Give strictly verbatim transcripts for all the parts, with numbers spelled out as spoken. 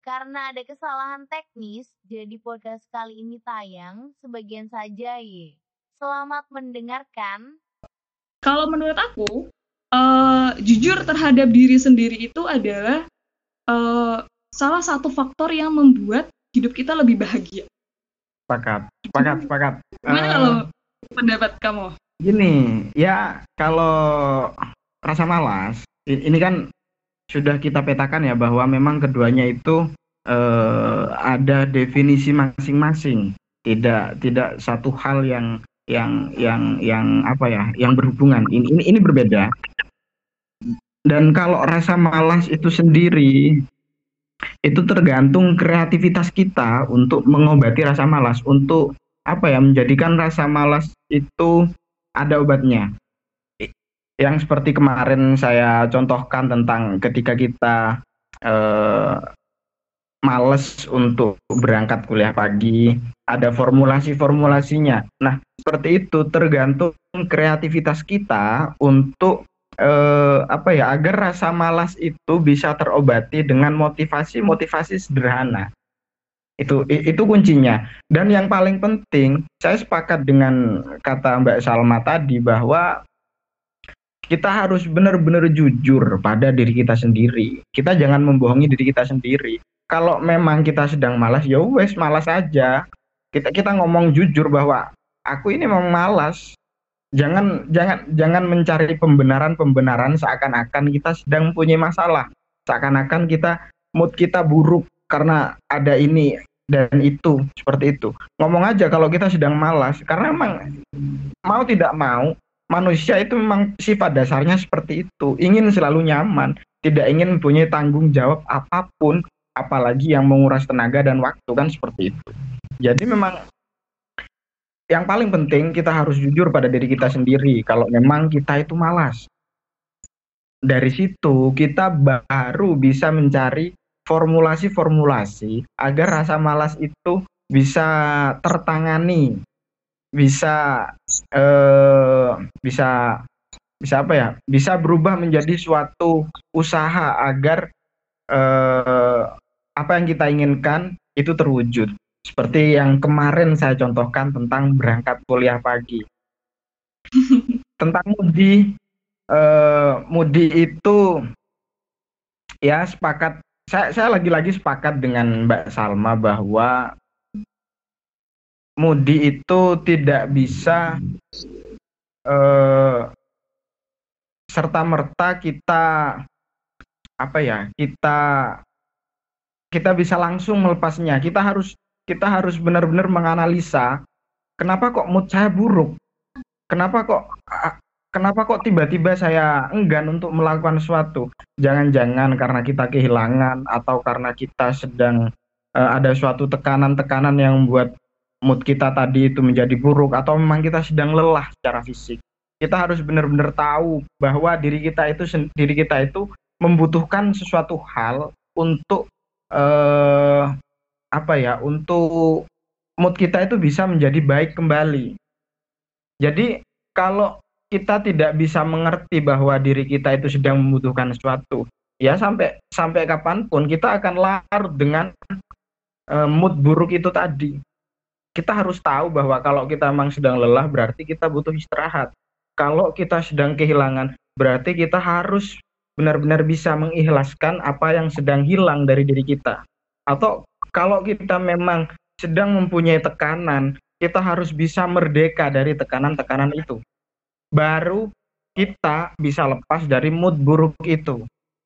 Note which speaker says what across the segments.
Speaker 1: Karena ada kesalahan teknis, jadi podcast kali ini tayang sebagian saja ye. Selamat mendengarkan.
Speaker 2: Kalau menurut aku, uh, jujur terhadap diri sendiri itu adalah uh, salah satu faktor yang membuat hidup kita lebih bahagia.
Speaker 3: Sepakat, sepakat, sepakat.
Speaker 2: Gimana
Speaker 3: Eh,
Speaker 2: kalau pendapat kamu?
Speaker 3: Gini, ya kalau rasa malas, i- ini kan sudah kita petakan ya bahwa memang keduanya itu eh, ada definisi masing-masing, tidak tidak satu hal yang yang yang yang apa ya, yang berhubungan. Ini ini, ini berbeda. Dan kalau rasa malas itu sendiri itu tergantung kreativitas kita untuk mengobati rasa malas, untuk apa ya, menjadikan rasa malas itu ada obatnya. I- Yang seperti kemarin saya contohkan tentang ketika kita eh, males untuk berangkat kuliah pagi, ada formulasi-formulasinya. Nah, seperti itu tergantung kreativitas kita untuk eh, apa ya, agar rasa malas itu bisa terobati dengan motivasi-motivasi sederhana. Itu i- itu kuncinya. Dan yang paling penting, saya sepakat dengan kata Mbak Salma tadi bahwa kita harus benar-benar jujur pada diri kita sendiri. Kita jangan membohongi diri kita sendiri. Kalau memang kita sedang malas, ya wes malas aja. Kita kita ngomong jujur bahwa aku ini memang malas. Jangan jangan jangan mencari pembenaran-pembenaran seakan-akan kita sedang punya masalah. Seakan-akan kita mood kita buruk karena ada ini dan itu, seperti itu. Ngomong aja kalau kita sedang malas, karena memang mau tidak mau manusia itu memang sifat dasarnya seperti itu, ingin selalu nyaman, tidak ingin punya tanggung jawab apapun, apalagi yang menguras tenaga dan waktu, kan seperti itu. Jadi memang yang paling penting kita harus jujur pada diri kita sendiri kalau memang kita itu malas. Dari situ kita baru bisa mencari formulasi-formulasi agar rasa malas itu bisa tertangani, bisa eh, bisa bisa apa ya, bisa berubah menjadi suatu usaha agar eh, apa yang kita inginkan itu terwujud, seperti yang kemarin saya contohkan tentang berangkat kuliah pagi. Tentang mudi, eh, mudi itu ya sepakat, saya, saya lagi-lagi sepakat dengan Mbak Salma bahwa mudi itu tidak bisa eh, serta-merta kita apa ya, kita kita bisa langsung melepasnya. Kita harus kita harus benar-benar menganalisa kenapa kok mood saya buruk, kenapa kok kenapa kok tiba-tiba saya enggan untuk melakukan sesuatu. Jangan-jangan karena kita kehilangan atau karena kita sedang eh, ada suatu tekanan-tekanan yang membuat mood kita tadi itu menjadi buruk, atau memang kita sedang lelah secara fisik. Kita harus benar-benar tahu bahwa diri kita itu diri kita itu membutuhkan sesuatu hal untuk eh, apa ya, untuk mood kita itu bisa menjadi baik kembali. Jadi kalau kita tidak bisa mengerti bahwa diri kita itu sedang membutuhkan sesuatu, ya sampai sampai kapanpun kita akan larut dengan eh, mood buruk itu tadi. Kita harus tahu bahwa kalau kita memang sedang lelah, berarti kita butuh istirahat. Kalau kita sedang kehilangan, berarti kita harus benar-benar bisa mengikhlaskan apa yang sedang hilang dari diri kita. Atau kalau kita memang sedang mempunyai tekanan, kita harus bisa merdeka dari tekanan-tekanan itu. Baru kita bisa lepas dari mood buruk itu.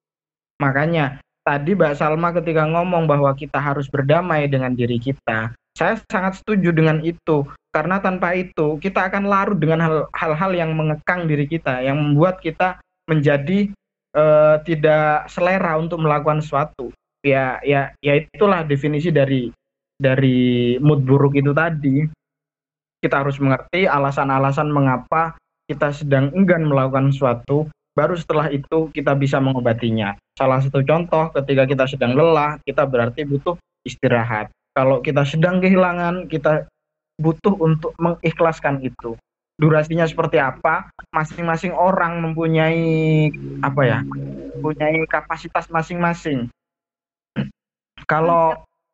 Speaker 3: Makanya tadi Mbak Salma ketika ngomong bahwa kita harus berdamai dengan diri kita, saya sangat setuju dengan itu. Karena tanpa itu kita akan larut dengan hal-hal yang mengekang diri kita, yang membuat kita menjadi eh, tidak selera untuk melakukan sesuatu. Ya, ya, ya itulah definisi dari dari mood buruk itu tadi. Kita harus mengerti alasan-alasan mengapa kita sedang enggan melakukan sesuatu. Baru setelah itu kita bisa mengobatinya. Salah satu contoh, ketika kita sedang lelah, kita berarti butuh istirahat. Kalau kita sedang kehilangan, kita butuh untuk mengikhlaskan itu. Durasinya seperti apa? Masing-masing orang mempunyai apa ya? Mempunyai kapasitas masing-masing. kalau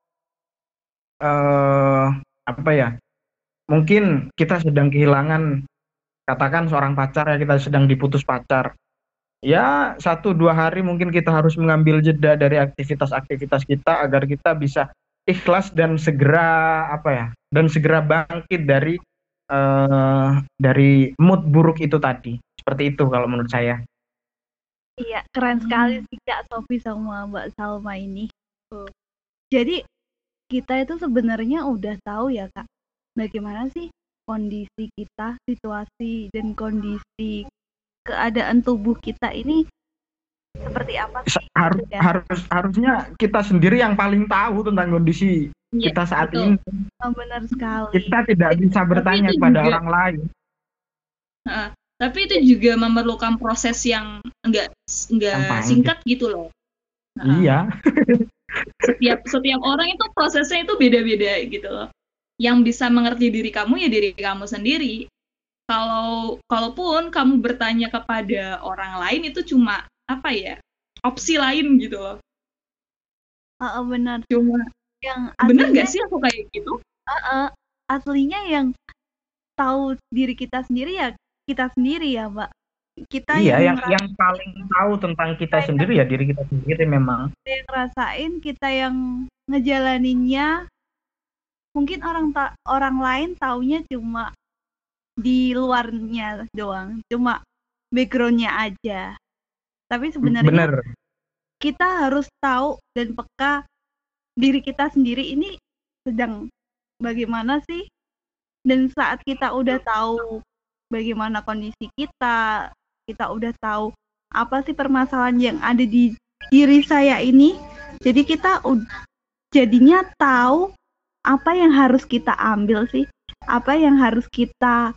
Speaker 3: eh apa ya? Mungkin kita sedang kehilangan, katakan seorang pacar ya, kita sedang diputus pacar. Ya, satu dua hari mungkin kita harus mengambil jeda dari aktivitas-aktivitas kita agar kita bisa ikhlas dan segera apa ya? Dan segera bangkit dari eh dari mood buruk itu tadi. Seperti itu kalau menurut saya.
Speaker 4: Iya, keren sekali sih Kak Sofi sama Mbak Salma ini.
Speaker 2: Oh.
Speaker 4: Jadi kita itu sebenarnya udah tahu ya Kak, bagaimana sih kondisi kita, situasi dan kondisi keadaan tubuh kita ini seperti apa sih?
Speaker 3: Harus
Speaker 4: Ya.
Speaker 3: harus harusnya kita sendiri yang paling tahu tentang kondisi
Speaker 2: Iya,
Speaker 3: kita saat
Speaker 2: betul.
Speaker 3: ini.
Speaker 4: Oh, benar sekali.
Speaker 3: Kita tidak bisa bertanya
Speaker 2: itu
Speaker 3: kepada
Speaker 2: juga-
Speaker 3: orang lain.
Speaker 2: Heeh. Tapi itu juga memerlukan proses yang enggak enggak
Speaker 3: Yang panjang.
Speaker 2: singkat gitu loh. Heeh.
Speaker 3: Iya.
Speaker 2: Setiap setiap orang itu prosesnya itu beda-beda gitu loh. Yang bisa mengerti diri kamu ya diri kamu sendiri. Kalau kalaupun kamu bertanya kepada orang lain itu cuma apa ya? Opsi lain gitu loh.
Speaker 4: Heeh, benar.
Speaker 2: Cuma
Speaker 4: Yang
Speaker 2: bener
Speaker 4: aslinya-
Speaker 2: nggak sih aku kayak gitu?
Speaker 4: Heeh, aslinya yang tahu diri kita sendiri ya kita sendiri ya, Mbak. Kita
Speaker 3: Iya, yang
Speaker 4: ngera-
Speaker 3: yang paling tahu tentang kita
Speaker 4: Kita
Speaker 3: sendiri ya diri kita sendiri memang.
Speaker 4: yang ngerasain, kita yang ngejalaninnya. Mungkin orang ta- orang lain taunya cuma di luarnya doang, cuma backgroundnya aja. Tapi sebenarnya
Speaker 3: Bener.
Speaker 4: kita harus tahu dan peka diri kita sendiri ini sedang bagaimana sih. Dan saat kita udah tahu bagaimana kondisi kita, kita udah tahu apa sih permasalahan yang ada di diri saya ini, jadi kita ud- jadinya tahu apa yang harus kita ambil sih, apa yang harus kita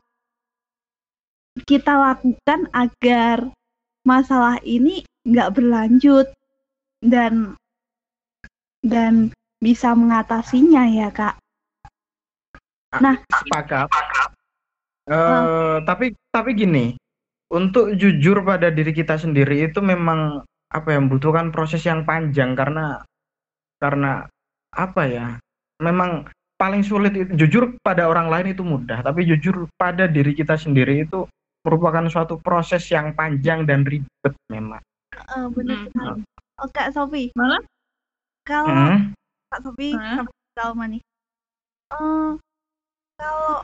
Speaker 4: kita lakukan agar masalah ini nggak berlanjut dan dan bisa mengatasinya ya Kak. Nah,
Speaker 3: Sepakat. Eh, tapi tapi gini, untuk jujur pada diri kita sendiri itu memang apa ya, membutuhkan proses yang panjang karena karena apa ya? Memang paling sulit itu, jujur pada orang lain itu mudah, tapi jujur pada diri kita sendiri itu merupakan suatu proses yang panjang dan ribet memang.
Speaker 4: eh, benar
Speaker 2: Hmm.
Speaker 4: sekali. Oh, Kak Sofi,
Speaker 2: Malah
Speaker 4: kalau
Speaker 3: Hmm.
Speaker 4: Kak Sofi
Speaker 2: Hah?
Speaker 4: sama Salma nih, eh, kalau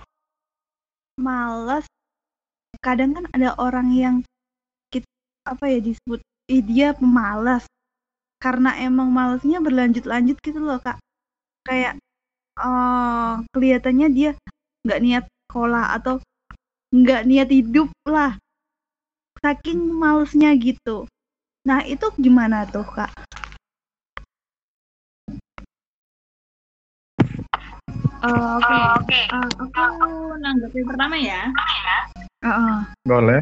Speaker 4: malas, kadang kan ada orang yang kita, apa ya disebut, ih dia pemalas, karena emang malasnya berlanjut-lanjut gitu loh Kak, kayak eh, kelihatannya dia nggak niat sekolah atau nggak niat hidup lah, saking malesnya gitu. Nah itu gimana tuh Kak?
Speaker 2: Oh, oke. Eh, aku nanggepin pertama ya.
Speaker 4: Heeh.
Speaker 3: Boleh.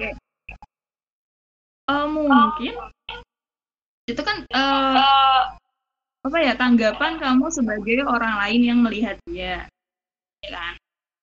Speaker 2: Eh, mungkin itu kan eh, apa ya, tanggapan kamu sebagai orang lain yang melihat dia, ya kan?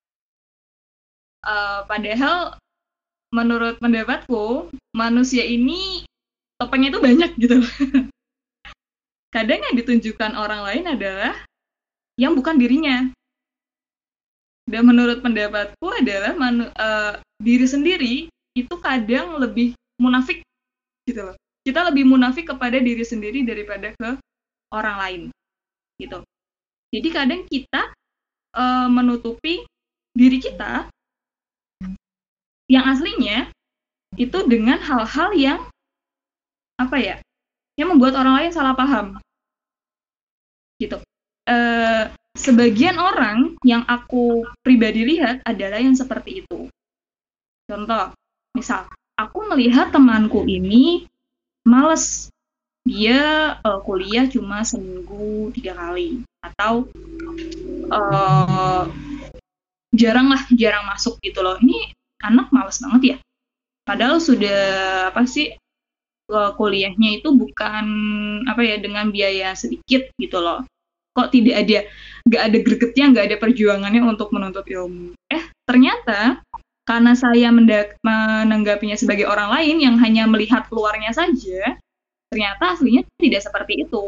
Speaker 2: Eh, padahal menurut pendapatku manusia ini topengnya itu banyak gitu loh. Kadang yang ditunjukkan orang lain adalah yang bukan dirinya. Dan menurut pendapatku adalah manu- eh, diri sendiri itu kadang lebih munafik gitu loh. Kita lebih munafik kepada diri sendiri daripada ke orang lain gitu. Jadi kadang kita eh, menutupi diri kita yang aslinya itu dengan hal-hal yang apa ya, yang membuat orang lain salah paham gitu. Eh, sebagian orang yang aku pribadi lihat adalah yang seperti itu. Contoh, misal aku melihat temanku ini males, dia eh, kuliah cuma seminggu tiga kali atau eh, jarang lah, jarang masuk gitu loh. Ini anak males banget ya. Padahal sudah apa sih, eh, kuliahnya itu bukan apa ya, dengan biaya sedikit gitu loh. Kok tidak ada, nggak ada gregetnya, nggak ada perjuangannya untuk menuntut ilmu. Eh ternyata karena saya mendak- menanggapinya sebagai orang lain yang hanya melihat luarnya saja, ternyata aslinya tidak seperti itu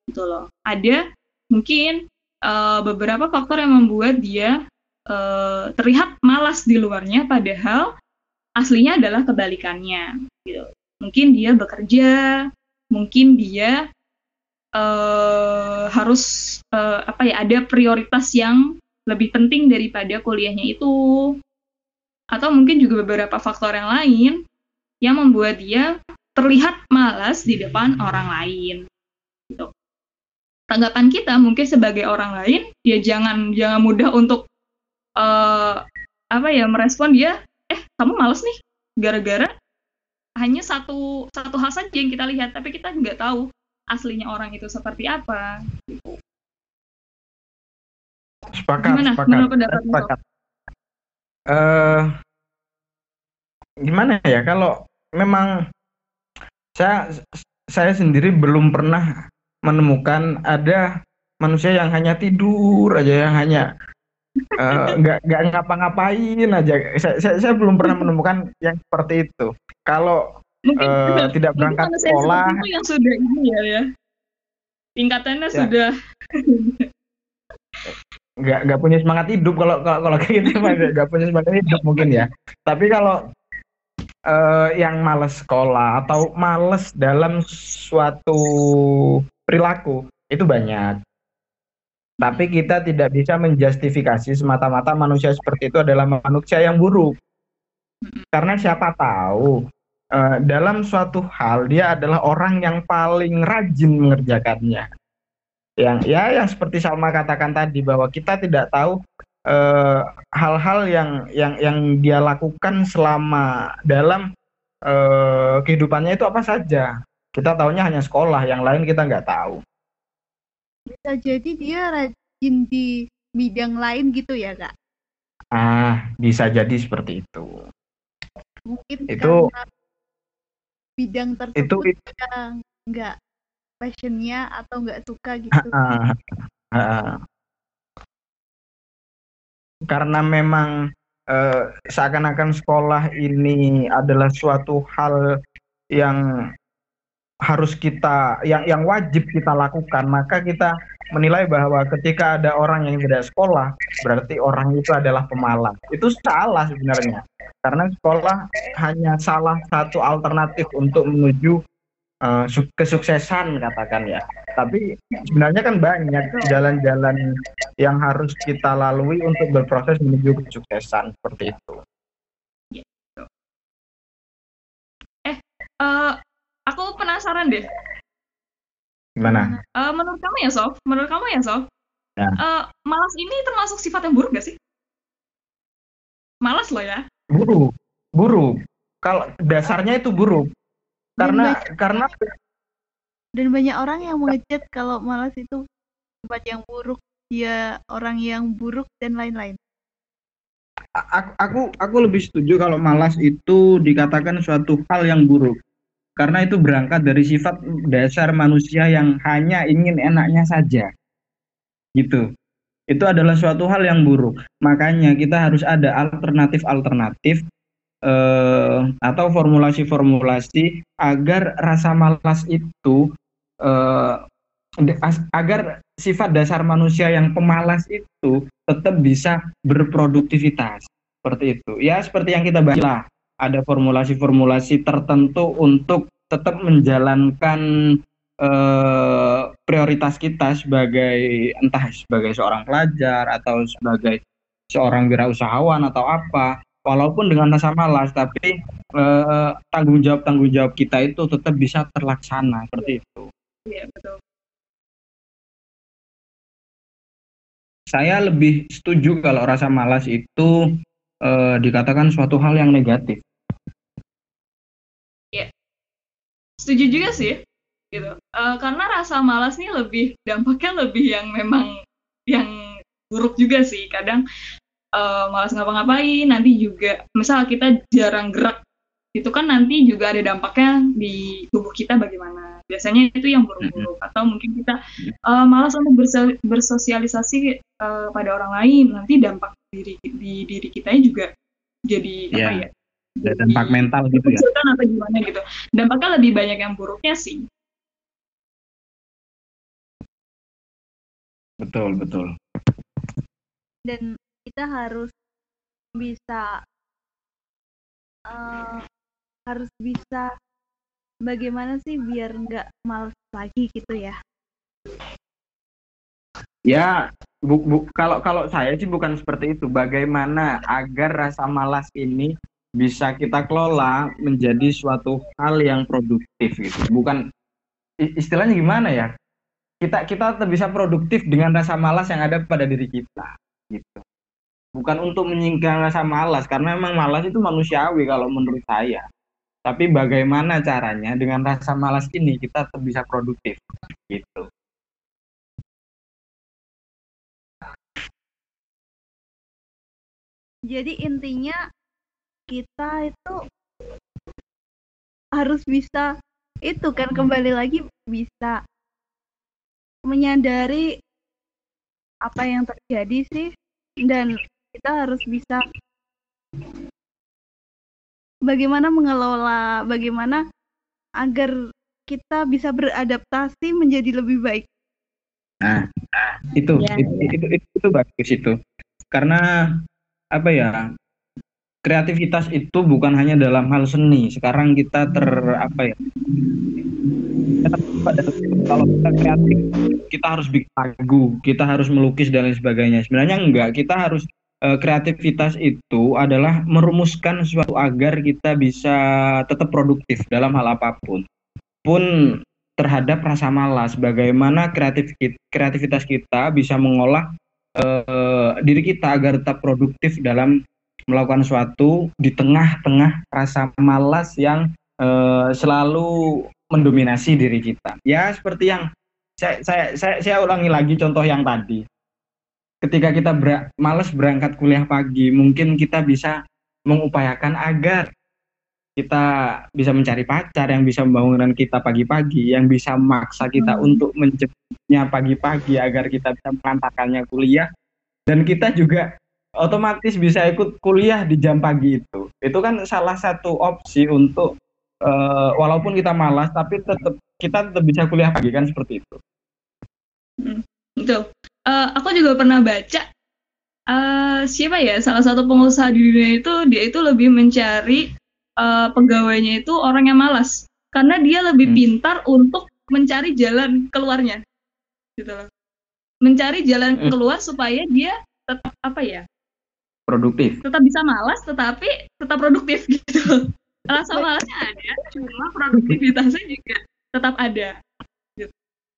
Speaker 2: gitu loh. Ada mungkin uh, beberapa faktor yang membuat dia uh, terlihat malas di luarnya, padahal aslinya adalah kebalikannya. Gitu. Mungkin dia bekerja, mungkin dia uh, harus uh, apa ya, ada prioritas yang lebih penting daripada kuliahnya itu, atau mungkin juga beberapa faktor yang lain yang membuat dia terlihat malas di depan orang lain. Gitu. Tanggapan kita mungkin sebagai orang lain, ya jangan jangan mudah untuk uh, apa ya merespon dia, eh kamu malas nih, gara-gara hanya satu satu hal saja yang kita lihat, tapi kita nggak tahu aslinya orang itu seperti apa. Gitu.
Speaker 3: Sepakat,
Speaker 2: Gimana?
Speaker 3: sepakat.
Speaker 2: Menurut pendapat
Speaker 3: sepakat. Uh, gimana ya, kalau memang saya saya sendiri belum pernah menemukan ada manusia yang hanya tidur aja, yang hanya nggak uh, nggak ngapa-ngapain aja. Saya, saya saya belum pernah menemukan yang seperti itu. Kalau
Speaker 2: mungkin
Speaker 3: uh, tidak berangkat sekolah,
Speaker 2: itu yang sudah ini ya, ya. Tingkatannya ya. Sudah
Speaker 3: nggak nggak punya semangat hidup. Kalau kalau kalau kayak gitu nggak punya semangat hidup mungkin ya. Tapi kalau Uh, yang malas sekolah atau malas dalam suatu perilaku itu banyak. Tapi kita tidak bisa menjustifikasi semata-mata manusia seperti itu adalah manusia yang buruk. Karena siapa tahu uh, dalam suatu hal dia adalah orang yang paling rajin mengerjakannya. Yang ya yang seperti Salma katakan tadi, bahwa kita tidak tahu Uh, hal-hal yang yang yang dia lakukan selama dalam uh, kehidupannya itu apa saja. Kita taunya hanya sekolah, yang lain kita nggak tahu.
Speaker 4: Bisa jadi dia rajin di bidang lain gitu ya, Kak?
Speaker 3: Ah, bisa jadi seperti itu.
Speaker 4: Mungkin
Speaker 3: itu
Speaker 4: karena bidang tersebut
Speaker 3: itu, itu
Speaker 4: dia nggak passionnya atau nggak suka gitu.
Speaker 3: Uh, uh, uh. Karena memang eh, seakan-akan sekolah ini adalah suatu hal yang harus kita, yang yang wajib kita lakukan, maka kita menilai bahwa ketika ada orang yang tidak sekolah, berarti orang itu adalah pemalas. Itu salah sebenarnya, karena sekolah hanya salah satu alternatif untuk menuju uh, kesuksesan katakan ya. Tapi sebenarnya kan banyak jalan-jalan yang harus kita lalui untuk berproses menuju kesuksesan seperti itu.
Speaker 2: Eh, uh, aku penasaran deh.
Speaker 3: Gimana?
Speaker 2: Uh, menurut kamu ya, Sof? Menurut kamu ya, Sof?
Speaker 3: Ya.
Speaker 2: Uh, malas ini termasuk sifat yang buruk gak sih? Malas loh ya?
Speaker 3: Buruk, buruk. Kalau dasarnya itu buruk. Karena
Speaker 4: dan
Speaker 3: karena
Speaker 4: dan banyak orang yang mengejat kalau malas itu sifat yang buruk, dia orang yang buruk dan lain-lain.
Speaker 3: Aku, aku aku lebih setuju kalau malas itu dikatakan suatu hal yang buruk, karena itu berangkat dari sifat dasar manusia yang hanya ingin enaknya saja, gitu. Itu adalah suatu hal yang buruk. Makanya kita harus ada alternatif-alternatif eh, atau formulasi-formulasi agar rasa malas itu eh, agar sifat dasar manusia yang pemalas itu tetap bisa berproduktivitas seperti itu. Ya seperti yang kita bahas lah, ada formulasi-formulasi tertentu untuk tetap menjalankan eh, prioritas kita sebagai entah sebagai seorang pelajar atau sebagai seorang wirausahawan atau apa. Walaupun dengan rasa malas, tapi eh, tanggung jawab tanggung jawab kita itu tetap bisa terlaksana seperti itu.
Speaker 2: Iya betul.
Speaker 3: Saya lebih setuju kalau rasa malas itu eh, dikatakan suatu hal yang negatif.
Speaker 2: Iya, setuju juga sih, gitu. Uh, karena rasa malas nih lebih dampaknya lebih yang memang yang buruk juga sih. Kadang Uh, malas ngapa-ngapain, nanti juga misal kita jarang gerak, itu kan nanti juga ada dampaknya di tubuh kita bagaimana. Biasanya itu yang buruk-buruk. Atau mungkin kita uh, malas untuk berso- bersosialisasi uh, pada orang lain, nanti dampak diri di diri kita juga jadi yeah. apa ya?
Speaker 3: Jadi, dampak mental gitu ya.
Speaker 2: Atau gimana gitu. Dampaknya lebih banyak yang buruknya sih.
Speaker 3: Betul, betul.
Speaker 4: Dan kita harus bisa uh, harus bisa bagaimana sih biar nggak malas lagi gitu ya.
Speaker 3: Ya, bu, bu, kalau kalau saya sih bukan seperti itu. Bagaimana agar rasa malas ini bisa kita kelola menjadi suatu hal yang produktif gitu. Bukan istilahnya gimana ya? Kita kita tetap bisa produktif dengan rasa malas yang ada pada diri kita gitu. Bukan untuk menyingkirkan rasa malas, karena memang malas itu manusiawi kalau menurut saya. Tapi bagaimana caranya dengan rasa malas ini kita tetap bisa produktif gitu.
Speaker 4: Jadi intinya kita itu harus bisa itu kan, kembali lagi bisa menyadari apa yang terjadi sih, dan kita harus bisa bagaimana mengelola, bagaimana agar kita bisa beradaptasi menjadi lebih baik.
Speaker 3: Nah, itu,
Speaker 1: Ya,
Speaker 3: itu, itu, itu, itu bagus itu. Karena apa ya? Kreativitas itu bukan hanya dalam hal seni. Sekarang kita ter apa ya? Kalau kita kreatif, kita harus bikin lagu, kita harus melukis dan lain sebagainya. Sebenarnya enggak, kita harus eh, kreativitas itu adalah merumuskan sesuatu agar kita bisa tetap produktif dalam hal apapun. Pun terhadap rasa malas, bagaimana kreatif kreativitas kita bisa mengolah eh, diri kita agar tetap produktif dalam melakukan sesuatu di tengah-tengah rasa malas yang eh, selalu mendominasi diri kita. Ya seperti yang saya saya saya, saya ulangi lagi contoh yang tadi. Ketika kita ber, malas berangkat kuliah pagi, mungkin kita bisa mengupayakan agar kita bisa mencari pacar yang bisa membangunkan kita pagi-pagi, yang bisa memaksa kita hmm. untuk menjemputnya pagi-pagi agar kita bisa mengantarkannya kuliah, dan kita juga otomatis bisa ikut kuliah di jam pagi itu. Itu kan salah satu opsi untuk uh, walaupun kita malas tapi tetap kita tetap bisa kuliah pagi, kan seperti itu.
Speaker 2: Hmm, betul. Uh, aku juga pernah baca uh, siapa ya salah satu pengusaha di dunia itu, dia itu lebih mencari uh, pegawainya itu orang yang malas karena dia lebih hmm. pintar untuk mencari jalan keluarnya, gitu loh. Mencari jalan hmm. keluar supaya dia tetap apa ya?
Speaker 3: Produktif.
Speaker 2: Tetap bisa malas, tetapi tetap produktif gitu. Rasa malasnya ada, cuma produktivitasnya juga tetap ada. Gitu.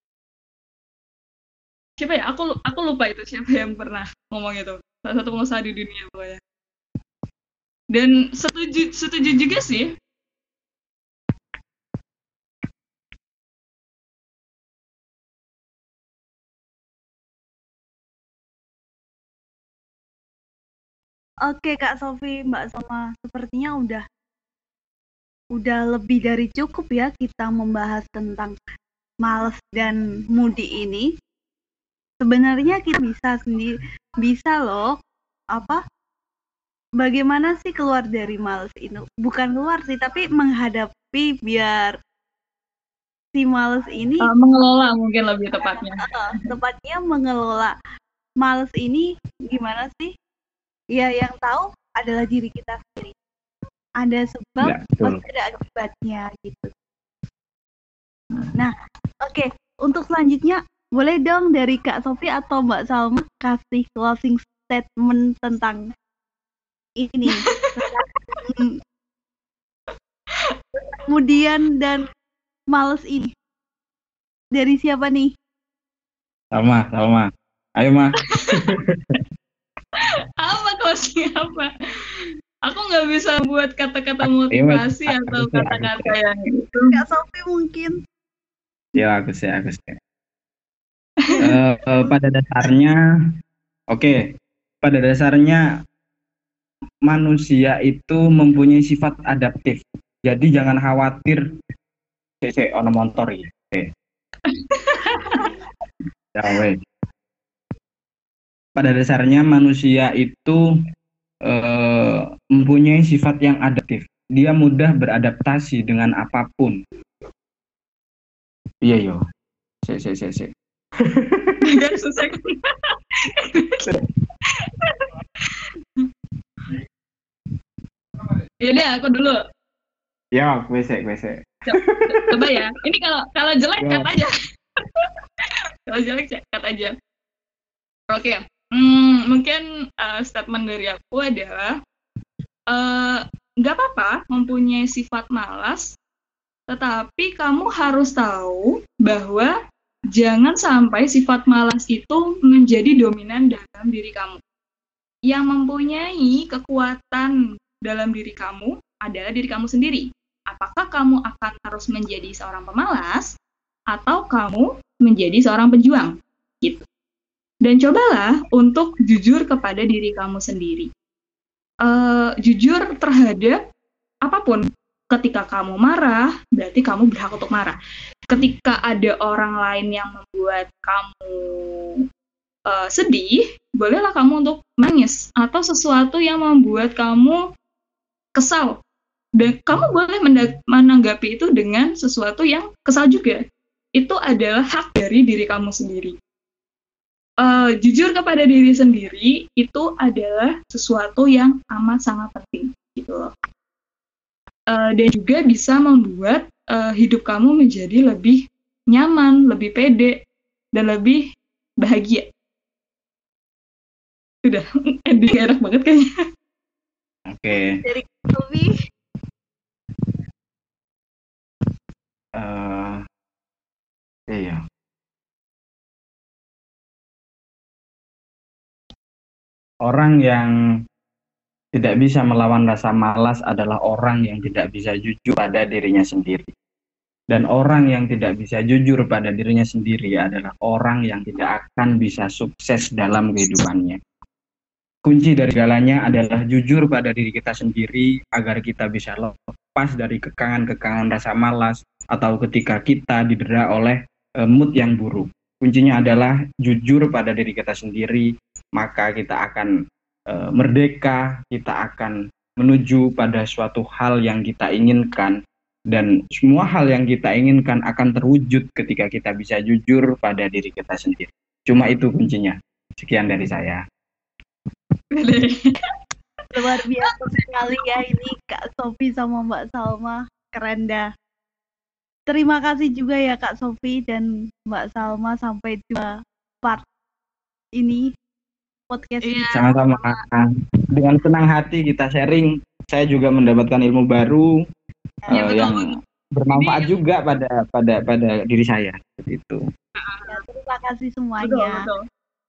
Speaker 2: Siapa ya? Aku aku lupa itu siapa yang pernah ngomong itu. Salah satu pengusaha di dunia pokoknya. Dan setuju setuju juga sih.
Speaker 4: Oke Kak Sofi, Mbak Soma, sepertinya udah udah lebih dari cukup ya kita membahas tentang malas dan moody ini. Sebenarnya kita bisa sendiri, bisa loh, apa? Bagaimana sih keluar dari malas ini? Bukan keluar sih, tapi menghadapi biar si malas ini
Speaker 2: uh, mengelola mungkin lebih tepatnya.
Speaker 4: Uh, tepatnya mengelola malas ini gimana sih? Ya, yang tahu adalah diri kita sendiri. Ada sebab, ya, pasti ada akibatnya gitu. Nah, oke. Okay. Untuk selanjutnya, boleh dong dari Kak Sofi atau Mbak Salma kasih closing statement tentang ini. tentang kemudian dan males ini. Dari siapa nih?
Speaker 3: Salma, Salma. Ayo, Ma.
Speaker 2: Apa closing apa? Aku nggak bisa buat kata-kata motivasi Ayo, atau aku kata-kata aku yang gitu.
Speaker 4: Kak Sofi mungkin.
Speaker 3: Ya, aku sih, aku sih. uh, uh, pada dasarnya, oke, okay, pada dasarnya manusia itu mempunyai sifat adaptif. Jadi jangan khawatir. Cek, ono motor ya. Ya, weh. Pada dasarnya manusia itu eh, mempunyai sifat yang adaptif. Dia mudah beradaptasi dengan apapun. Iya yo. Sik sik sik sik.
Speaker 2: Kan susah. Yaudah, aku dulu.
Speaker 3: Ya, wesek, wesek.
Speaker 2: Coba ya. Ini kalau kalau jelek
Speaker 3: Ya.
Speaker 2: cut aja. Kalau jelek cut aja. Oke. Hmm, mungkin uh, statement dari aku adalah uh, nggak apa-apa mempunyai sifat malas, tetapi kamu harus tahu bahwa jangan sampai sifat malas itu menjadi dominan dalam diri kamu. Yang mempunyai kekuatan dalam diri kamu adalah diri kamu sendiri. Apakah kamu akan harus menjadi seorang pemalas atau kamu menjadi seorang pejuang? Gitu. Dan cobalah untuk jujur kepada diri kamu sendiri. Uh, jujur terhadap apapun. Ketika kamu marah, berarti kamu berhak untuk marah. Ketika ada orang lain yang membuat kamu uh, sedih, bolehlah kamu untuk menangis. Atau sesuatu yang membuat kamu kesal. Dan kamu boleh menanggapi itu dengan sesuatu yang kesal juga. Itu adalah hak dari diri kamu sendiri. Uh, jujur kepada diri sendiri itu adalah sesuatu yang amat sangat penting gitu loh. Uh, dan juga bisa membuat uh, hidup kamu menjadi lebih nyaman, lebih pede, dan lebih bahagia. Udah, ending enak banget kayaknya.
Speaker 3: Oke. Okay.
Speaker 4: Dari Sofi.
Speaker 3: Uh, iya. Orang yang tidak bisa melawan rasa malas adalah orang yang tidak bisa jujur pada dirinya sendiri. Dan orang yang tidak bisa jujur pada dirinya sendiri adalah orang yang tidak akan bisa sukses dalam kehidupannya. Kunci dari segalanya adalah jujur pada diri kita sendiri agar kita bisa lepas dari kekangan-kekangan rasa malas atau ketika kita didera oleh e, mood yang buruk. Kuncinya adalah jujur pada diri kita sendiri, maka kita akan e, merdeka, kita akan menuju pada suatu hal yang kita inginkan, dan semua hal yang kita inginkan akan terwujud ketika kita bisa jujur pada diri kita sendiri. Cuma itu kuncinya. Sekian dari saya.
Speaker 4: Luar biasa sekali ya ini Kak Sofi sama Mbak Salma, keren dah. Terima kasih juga ya Kak Sofi dan Mbak Salma, sampai jumpa part ini podcast.
Speaker 2: Iya.
Speaker 3: Sama-sama. Dengan senang hati kita sharing. Saya juga mendapatkan ilmu baru
Speaker 2: ya,
Speaker 3: uh, yang bermanfaat Ini, juga pada pada pada diri saya. Itu.
Speaker 4: Ya, terima kasih semuanya. Betul, betul.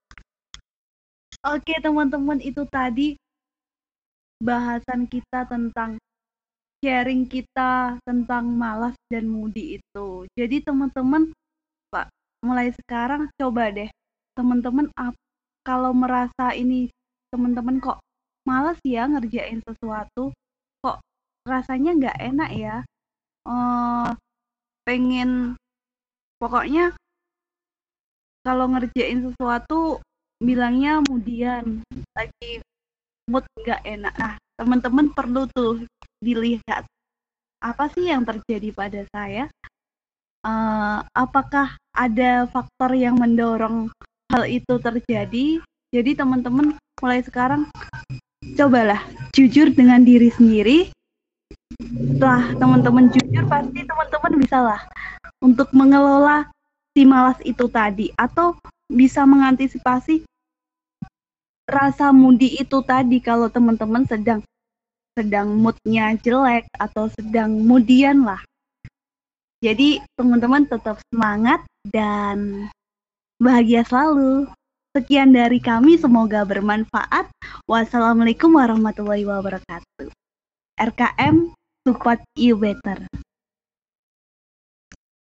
Speaker 4: Oke teman-teman, itu tadi bahasan kita tentang sharing kita tentang malas dan moody itu. Jadi teman-teman, Pak, mulai sekarang coba deh teman-teman kalau merasa ini teman-teman kok malas ya ngerjain sesuatu, kok rasanya nggak enak ya, uh, pengen pokoknya kalau ngerjain sesuatu bilangnya kemudian lagi mood nggak enak. Nah, teman-teman perlu tuh dilihat apa sih yang terjadi pada saya. Uh, apakah ada faktor yang mendorong hal itu terjadi? Jadi teman-teman mulai sekarang cobalah jujur dengan diri sendiri. Setelah teman-teman jujur, pasti teman-teman bisa lah untuk mengelola si malas itu tadi, atau bisa mengantisipasi rasa moody itu tadi kalau teman-teman sedang sedang moodnya jelek atau sedang moodian lah. Jadi teman-teman tetap semangat dan bahagia selalu. Sekian dari kami, semoga bermanfaat. Wassalamualaikum warahmatullahi wabarakatuh. R K M Support You Better.